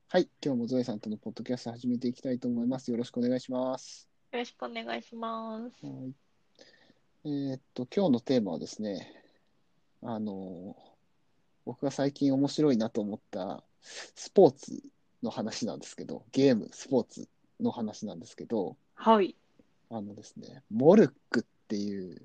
はい、今日もゾエさんとのポッドキャスト始めていきたいと思います。よろしくお願いします。 よろしくお願いします。 はい。今日のテーマはですね、あの、僕が最近面白いなと思ったスポーツの話なんですけど、ゲーム、スポーツの話なんですけど、 はい。 ですね、モルックっていう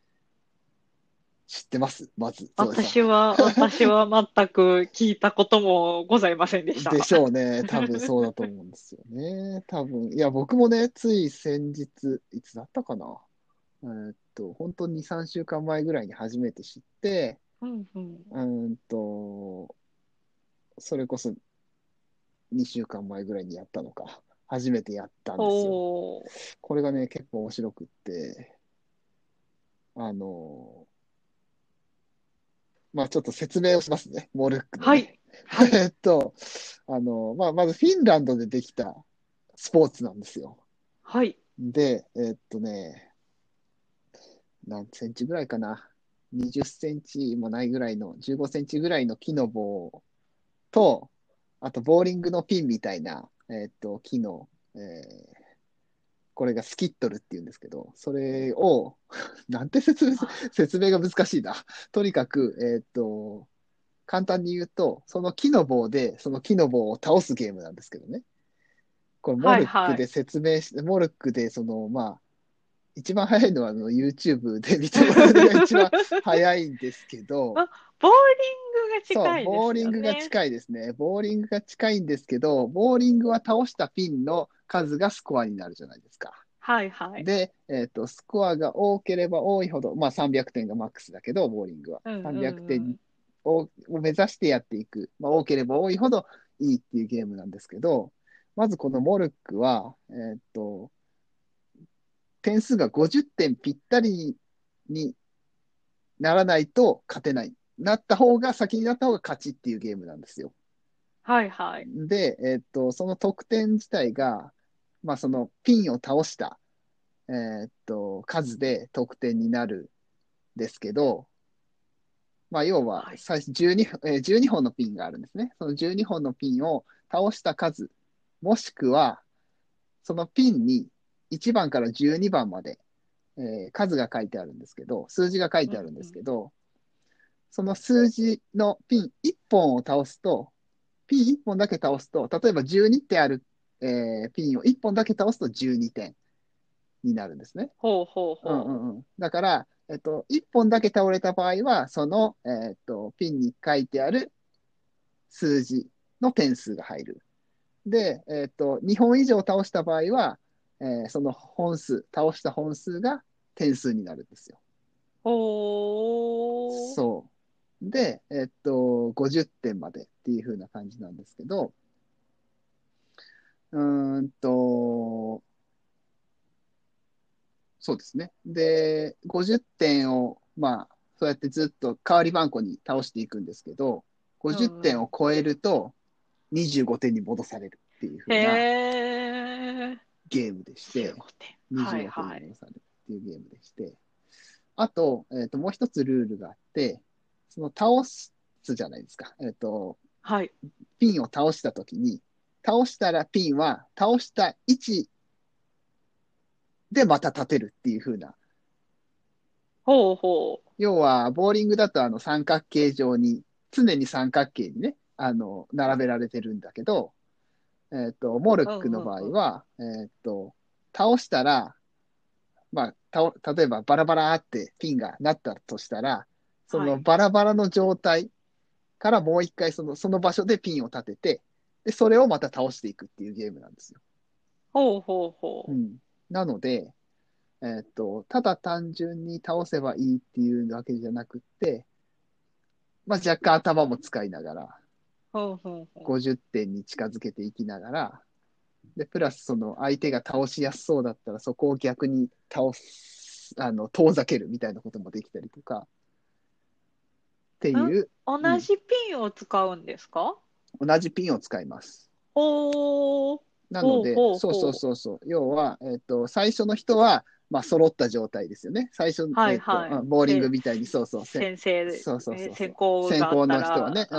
知ってますまず、ゾエさん。 私は全く聞いたこともございませんでしでた。 しょうね。多分そうだと思うんですよね。多分。いや、僕もね、つい先日、いつだったかな。本当に2、3週間前ぐらいに初めて知って、 うんうん。 うーんと、それこそ2週間前ぐらいにやったのか、初めてやったんですよ。 おー。 これがね、結構面白くって、あの、まあちょっと説明をしますね、モルックのはい。 ね。 はい。 えっと、まずフィンランドでできたスポーツなんですよ。 はい。 で、何センチぐらいかな。20センチもないぐらいの、15センチぐらいの木の棒と、あと、ボーリングのピンみたいな、木の、これがスキットルっていうんですけど、それを、なんて説明が難しいな。とにかく、簡単に言うと、その木の棒で、その木の棒を倒すゲームなんですけどね。これ、モルックではいはい。 説明して、モルックで、一番早いのはYouTube で見てもらうのが一番早いんですけど、 あ、ボーリングがそう、 近いですボーリングがよね。 近いですね。ボーリングが近いんですけど、ボーリングは倒したピンの数がスコアになるじゃないですか。 はいはい。 で、スコアが多ければ多いほど、まあ300点がマックスだけど、ボーリングは。 うんう 300点んうん。 を目指してやっていく。まあ多ければ多いほどいいっていうゲームなんですけど、まずこのモルックは、点数が50点ぴったりにならないと勝てない。先になった方が勝ちっていうゲームなんですよ。 はいはい。 で、その得点自体が、まあ、そのピンを倒した、数で得点になるんですけど、まあ、要ははい。 最初12本のピンがあるんですね。その12本のピンを倒した数、もしくは、そのピンに1番から12番まで、数が書いてあるんですけど、数字が書いてあるんでうんうん。 すけど、その数字のピン1本を倒すと、ピン1本だけ倒すと、例えば12ってある、ピンを1本だけ倒すと12点になるんですね。 ほうほううんうほんうん。だから、1本だけ倒れた場合は、その、ピンに書いてある数字の点数が入る。で、2本以上倒した場合は、その倒した本数が点数になるんですよ。 う。ほー。 そう。で、50点までっていう風な感じなんですけど、うーんと、そうですね。で、50点を、まあ、そうやってずっと代わり番号に倒していくんですけど、 う 50 んうん。 点を超えると25点に戻されるっていう風なへー。 ゲームでして、 15点。 25点にはいはい。 戻されるっていうゲームでして、あと、もう一つルールがあって、その倒すじゃないですか。 はい。 ピンを倒したときに、倒したらピンは倒した位置でまた立てるっていう風な。 ほうほう。 要は、ボーリングだと三角形状に、常に三角形にね、並べられてるんだけど、モルッうんクのうんうん。 場合は、倒したら、例えばバラバラってピンがなったとしたら、そはい。 のバラバラの状態からもう一回その場所でピンを立てて、で、それをまた倒していくっていうゲームなんですよ。 ほうほうほうん。なので、ただ単純に倒せばいいっていうわけじゃなくって、まあ、若干頭も使いながら、 う。ほうほうほ 50点に近づけていきながら、で、プラスその相手が倒しやすそうだったら、そこを逆に遠ざけるみたいなこともできたりとか、ってう。 いう、うん、 同じピンを使うんですか？ 同じピンを使います。 ほう。ほうなので、そうそうほうほう。 そうそう、要は、最初の人は、まあ、揃った状態ですよね。最初、 はいはい。 ボーリングみたいに、そうそう、 先生、 そうそうそうそう、 先行先行があったの人はね、 ら、 うん。 はい。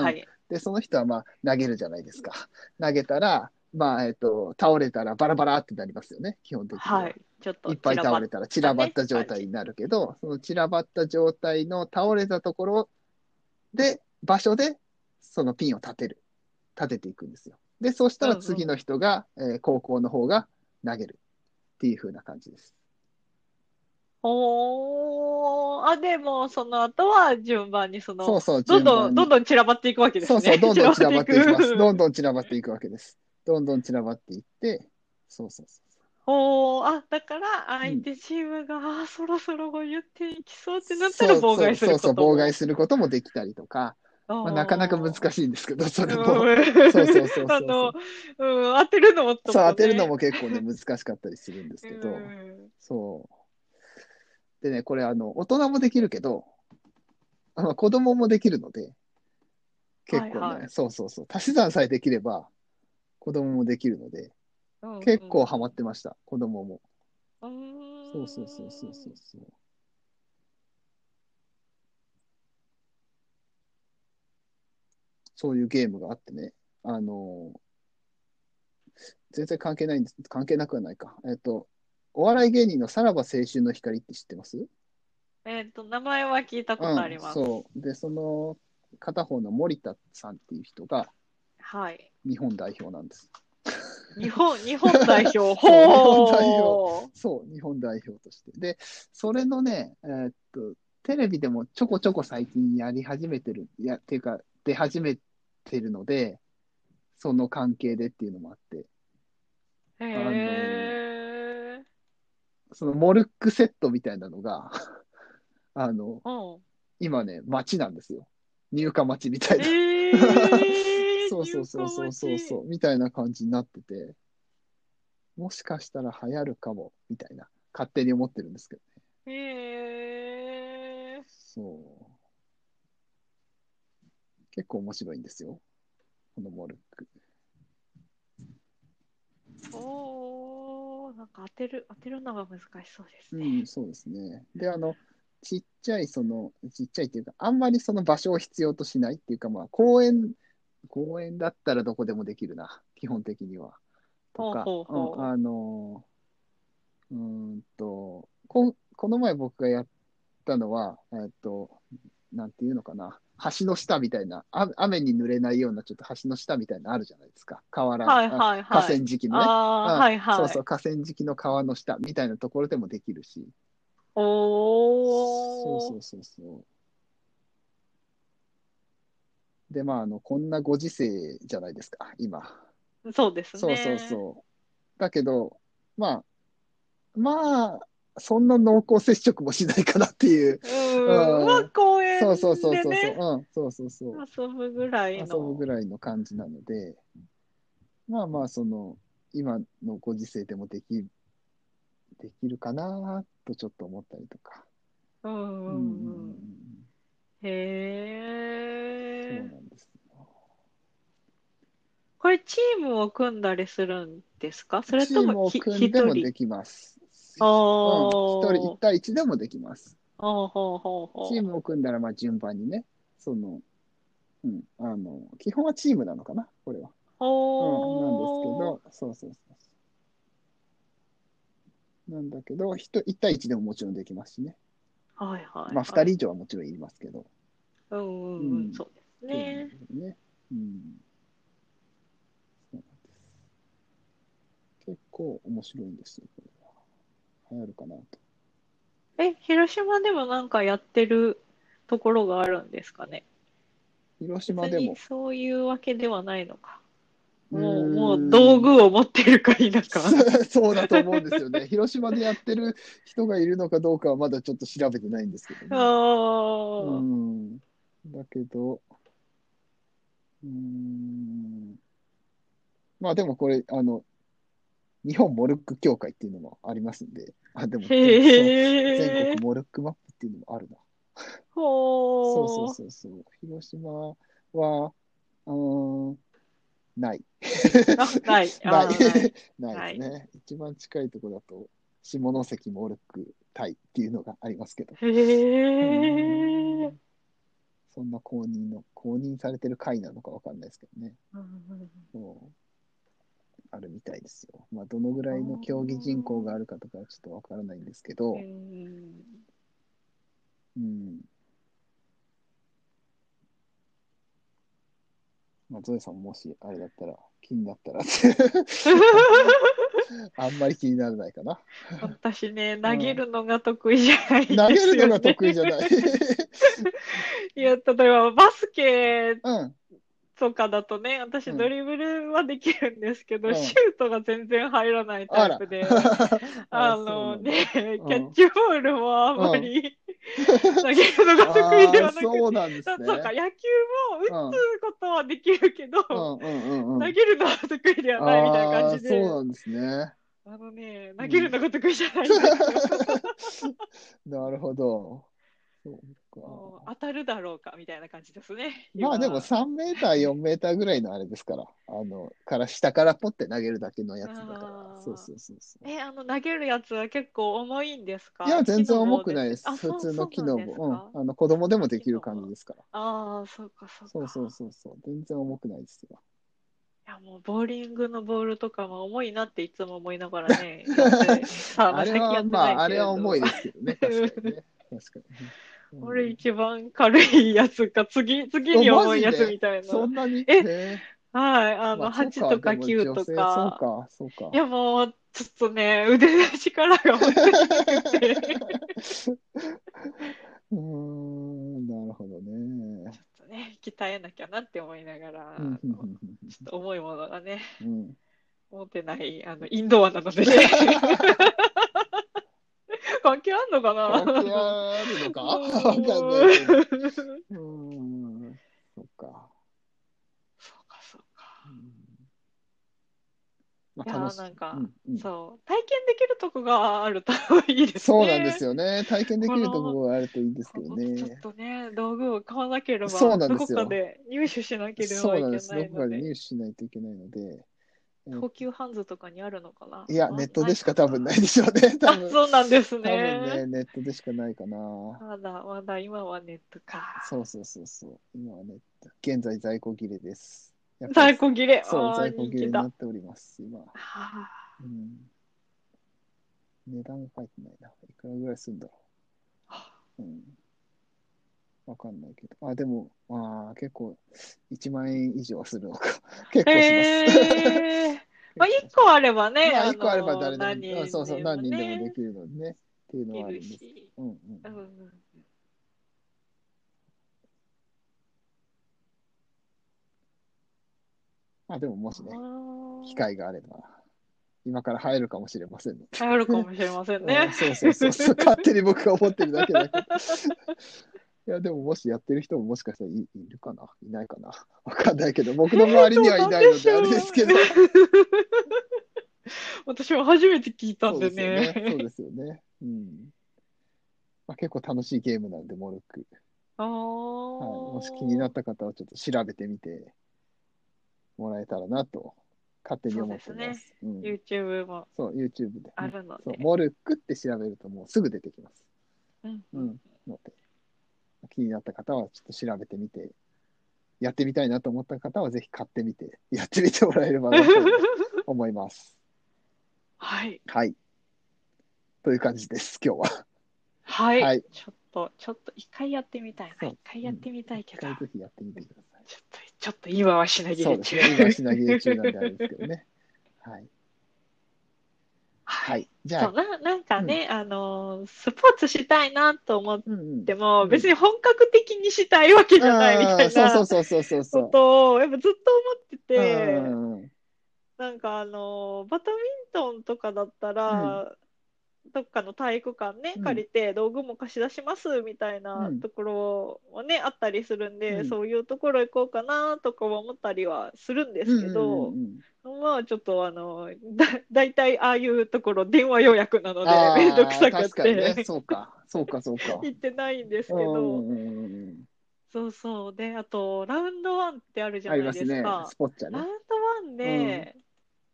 で、その人はまあ投げるじゃないですか。投げたら、まあ、倒れたらバラバラってなりますよね、基本的には。 はい。ちょっといっぱい散らばっ倒れたら散らばったね、 た状感じ。 態になるけど、その散らばった状態の倒れたところで、場所で、そのピンを立てていくんですよ。で、そうしたらうんうん。 次の人が、後攻の方が投げるっていう風な感じです。 おー、あ、でも、その後は順番にそうそう、 どんどん、 順番に。 どんどん散らばっていくわけですね。 そうそう、どん散どん散らばっらばっていく。 ていきます。どんどん散らばっていくわけです。どんどん散らばっていって、そうそうそおー、あ、だからう。うん。 相手チームが、そろそろ言っていきそうってなったらそう妨害するそうそうそう、妨害ことも。 することもできたりとか、まあ、なかなか難おー。 しいんですけど、それも。 うん、 そうそうそうそうそう。 当てるのもちょっそう、当てるのとね。 も結構ね、難しかったりするんですうけど、 ん。 そう。でね、これ、大人もできるけど、子供もできるので、結構ね、 はいはい。 そうそうそう。足し算さえできれば、子供もできるので、 うんう結構ハマっんてました、子供も。 うそうそうそうそうそん。 うそう。そういうゲームがあってね、あの、全然関係ないんです。関係なくはないか。お笑い芸人のさらば青春の光って知ってます？ 名前は聞いたことあうん、 ります。 そう。で、その片方の森田さんっていう人がはい。 日本代表なんです。 日本代表。 そう、日本代表。 ほー。 そう、日本代表として。で、それのね、テレビでもちょこちょこ最近やり始めてる、っていうか、出始めてるので、その関係でっていうのもあって、 へあの、 ー。 そのモルックセットみたいなのが、あの、 うん。 今ね、街なんですよ。入荷待ちみたいな。そうそう入そうそう荷待ち。 そうそう、みたいな感じになってて、もしかしたら流行るかも、みたいな、勝手に思ってるんですけどね。 へー。 そう。結構面白いんですよ、このモルック。 おー。なんか当てるのが難しそうですね。 うん、そうですね。で、ちっちゃいっていうか、あんまりその場所を必要としないっていうか、まあ、公園だったらどこでもできるな、基本的には。とか、 ほうほううん、 ほこの前僕がやったのは、なんていうのかな、橋の下みたいな、雨に濡れないようなちょっと橋の下みたいなのあるじゃないですか。 はいはい河はい。 川敷のね。 ああ、 うん、 はいはい。 そうそう、河川敷の川の下みたいなところでもできるし。そうそおー。 うそうそう。で、まあ、こんなご時世じゃないですか、今。 そうですそうそうね。 そう。だけど、ままあ、そんな濃厚接触もしないかなっていう。 まあうん。 公そうそう園でね、 そうそうそう。うん。そうそうそ遊ぶぐらう。 いの。 遊ぶぐらいの感じなので、まあまあ、今のご時世でもできるかなとちょっと思ったりとか。 うんううんうんうんうんうん。 ん。そうへえ。 なんですよ。 これチームを組んだりするんですか？それともチームを組んで一人？ もできます。 おうん。一ー。 対一でもできます。 ほうほうほうほう。 チームを組んだら、まあ順番にね、うん、基本はチームなのかな、これは。うん、なんですけほー。 ど、そうそうそう。なんだけど、1対1でももちろんできますしね。 はいはまあ、 いはい。 2人以上はもちろんいりますけど。 うんうんうん、 うん、 そうですそうなんね。 ですよね。うん、そうなんです。結構面白いんですよ、これは。流行るかなと。 広島でもなんかやってるところがあるんですかね。 広島別にでも、 そういうわけではないのか。 うもうーん、 道具を持ってるか否か。 そうだと思うんですよね。広島でやってる人がいるのかどうかはまだちょっと調べてないんですけどあね。うあ、 ん。だけど、まあでもこれ、日本モルック協会っていうのもありますんで、でもそう、全国へえ、 モルックマップっていうのもあるな。そうそうほう。 そうそう。広島は、うーん、ない。 あ、ない。 ない。 ああ、ない。 ないでない。 すね。一番近いところだと、下関モルックタイっていうのがありますけど。 へうーえ、 ん、 そんな公認されてる会なのかわかんないですけどね。そうあるみたいですよ。まあ、どのぐらいの競技人口があるかとかはちょっとわからないんですけど、うん。まあ、ゾエさんもしあれだったら、気になったらあんまり気にならないかな。 私ね、投げるのが得意じゃないんですよね。 投げるのが得意じゃない。 いや、例えばバスケうん。 とかだとね、私ドリブルはできるんですけど、 うんシュートが全然入らないタあら。 イプで、 そうなんだ。 ね、キャうん。 ッチボールもあんまうん。 り投げるのが得意でああ、 はなくて、 そうなんですそうか、 ね。 野球も打うん。 つことはできるけど、 うんうんうんうん。 投げるのは得意ではないみたいな感ああ、 じで、 そうなんですね。 投げるうん。 のが得意じゃないんですよ。 なるほど。そうか。 もう当たるだろうかみたいな感じですね、 まあでも今。 3メーター、4メーターぐらいのあれですから、から下からポッて投げるだけのやつだから。そうあそうそうそう。 投げるやつは結構重いんですいや、 か？木の全然重棒です。 くないです。普通のそうなん機能も。うん。 ですか？ 子供でもできる木の棒。 感じですから。 そうか、そうそうそうか。 そうそう。全然重くないですよ。 いや、もう、ボーリングのボールとかも重いなっていつも思いながらね、やって、 あれ最近やは、まあ、 ってないあれはけれど。 重いですけどね。確かにね。確かにね。うこれん、 一番軽いやつか、次にマ重いやつジでみたいな。 そんなにえ、 へえ。 はい、 まあ、そう 8 か。 とかでも 9と女性、そうか。 か。そうか。 いや、もう、ちょっとね、腕の力が本当になくて。 なるほどね。 ちょっとね、鍛えなきゃなって思いながら、 うん、ふんふんふちょっと重いものがね、 んふん。うん。 持てない、インドアなのでね。関係あんのかな？ 関係あるのかわかんないけど。 そうそっか。 か、そうか。 うんまあ、楽いやー、 しい。うんうん。 そう、体験できるとこがあるといいですそうなんですね。 よね。体験できるとここの、 ろがあるといいですけどちょっね。 とね、道具を買わなけれそうば、どこなんですよ。 かで入手しなければいけそうなんです。どこかで入ないので、 手しないといけないので、え東急ハンズとかにあるのかな？ いや、ネットないでしか多分かな。 ないでしょうね。 そうなんです多分ね、 ね。 ネットでしかないかな。 まだ今はネットか。 そうそうそうそう。今はネット。現在在庫切れです。やっぱり、 在庫切れ。 そう、在庫人気だ。 切れになっております、今。 はうん。値段書いてないな。いくらぐらいするんだろあ、 う。うん。わかんないけど。あ、でも、結構、1万円以上するのか。結構します。 まあ、 結構 1個あればね、 まあ、1個あれば誰でも、 何人そうそう、 でも何人でもでね、 きるのでね。っていうのいるはあるんです。 し。 うんうん。 うん。 まあ、でももあしね、機あ、 会があれば、今から入るかもしれませんのあるかで。 もしれませんね。 うん、そうそうそうそう。勝手に僕が思ってるだけだけど。いや、でももしやってる人ももしかしたらいるかないないかなわかんないけど、僕の周りにはいどうなんでないのであれでしょう。 すけど。 私も初めて聞いたんそうでですよね。そうね。 ですよね。うん。まあ、結構楽しいゲームなんで、モルック。 あはい。もし気になっあ、 た方はちょっと調べてみてもらえたらなと、勝手にそう思っですね。 てます。うん。 YouTube もそう、YouTube で。うあん。そう、 るので。 モルックって調べるともうすぐ出てきます。 うんうん。 うん。ので、気になった方はちょっと調べてみて、やってみたいなと思った方はぜひ買ってみて、やってみてもらえればなと思います。 はい。 はい。という感じです、今日は。 はい。 はい。 ちょっと一回やってみたいな。 そう。 一回うん。 やってみた一いけど、 回ぜひやってみてください。 ちょっと今は品切れ中。 そうですね。今、品切れ中なんであれですけどね。はい。 はい。 はい。じゃあ、 そう、なんかうん。 ね、スポーツしたいなと思っうんても、 うん。うん。 別に本格的にしたいわけじゃないみたああ、そうそういなそうそうそうこそとを、やっぱずっと思ってう。うて、 ん。 なんかバドミントンとかだったうん。 ら、どっかの体育館ね、 うん。 借りて道具も貸し出しますみたいうん。 なところもね、あったりするんで、 うん。 そういうところ行こうかなとか思ったりはするんですけうん。うど、 ん。 まあちょっとだいたいああいうところ電話予約なのでめんどくああ、 さくっ確かにね。 てそうか。そうか、そうか。 行ってないんですうけど、 ん。 そうそう。で、あと、ラウンドワンってあるじゃありないますね。 ですか。 スポッチャね。 ラウンドワンうん。 で、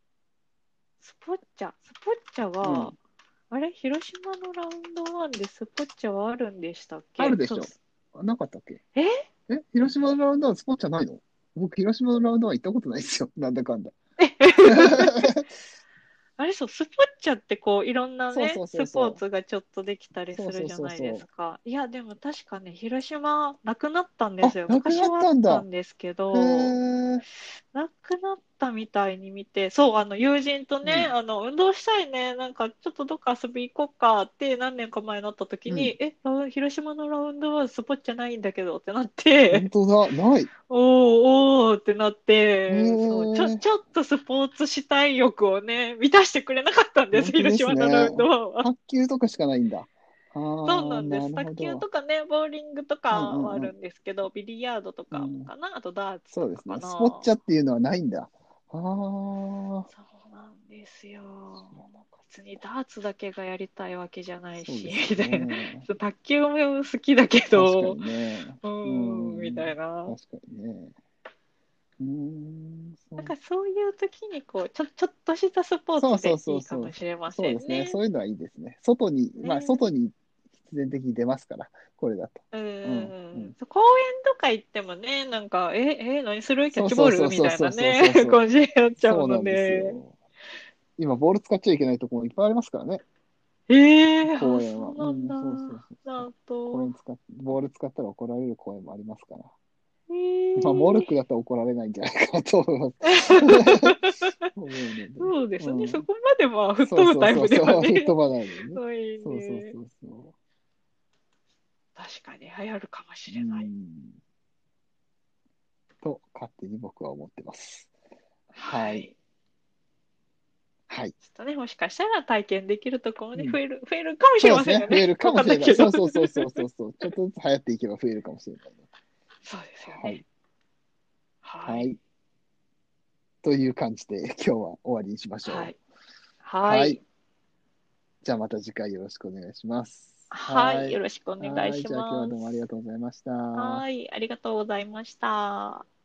スポッチャは、 うん。 あれ広島のラウンドワンでスポッチャはあるんでしたっあるけ？ でしょ。あなかったっけえ広島のラウンドはスポッチャないの？僕、広島のラウンドは行ったことないですよ。なんだかんだ。 あれそう、スポッチャってこう、いろんなね、 そうそうそスポーうそツがちょっとできたう。 りすそうそうるじゃないですそうそか。いや、でも確かね、広島なくなったんう。あ、 ですよ。 なくなっ昔はあったんだ。 たんですけへど、 え。 なくなったみたいに見て、そう、友人とね、 うん。 運動したいね、なんか、ちょっとどっか遊び行こうかって何年か前になった時うん。 に、広島のラウンドはスポッチャないんだけどってなって、 本当だ。ない。 おー、おーってなっへて、そう、 え。 ちょっとスポーツしたい欲をね、満たしてくれなかったんです、 本当広ですね。 島のラウンドワンは。 卓球とかしかないんだ。 そうああ、ななんです。卓球るほど。 とかね、ボーリングとかうんうんうん。 はあるんですけど、ビリヤードとかうん、 かな、あとダーツとかかそうですね。スポッチャな。 っていうのはないんだ。ああ、 そうなんですよ。別にダーツだけがやりたいわけじゃないし、 そうですよみたいな。 ね。 そう卓球も好きだけど、 確かにね。うみん。 たいな。 確かにね。うーん。 なんかそういう時にこう、ちょっとしたスポーツそうそうでいいかそうそう。 もしれまそうですね。 せんね。 そういうのはいいですね。外に、まあ、外ね。 に必然的に出ますから、これだと。 ううん。うん。 そう公園とか行ってもね、なんか、何するキャッそうチボーそうそうそうルみたいなそうそうね、 そうそう。 感じになっちゃうのそうなんですで。 よ。今、ボール使っちゃいけないところもいっぱいありますからね。 そ公園は。 うなんだ。 うん、そうそうそうそう。 なんと。 ボール使ったら怒られる公園もありますから。 えまあ、モルッー、 クだったら怒られないんじゃないかなと思います。思うので。 そうですね。そうん。 こまでまあ、吹っそうそう飛ぶタイプではそうそう。吹っ飛ね。 ばないでね。 ないそうそうね。 そうそ確かに流行るかもしう。うれない。 ん。と、勝手に僕は思ってます。はい。 はい。 はい。 ちょっとね、もしかしたら体験できるところもね、 うん。 増えるかもしれそうですね。 ませんよね。 増えるかわもしれない。 かんないけど。 そうそうそうそうそうそう。ちょっとずつ流行っていけば増えるかもしれないな。 そうですよはい。 ね。はい。 はい。という感じで今日は終わりにしましょはい。 う。はい。 はい。 じゃあまた次回よろしくお願いします。 はい。 はい。 よろしくお願いはい。 しじゃあ今日はます。 どうもありがとうございました。 はい。ありがとうございました。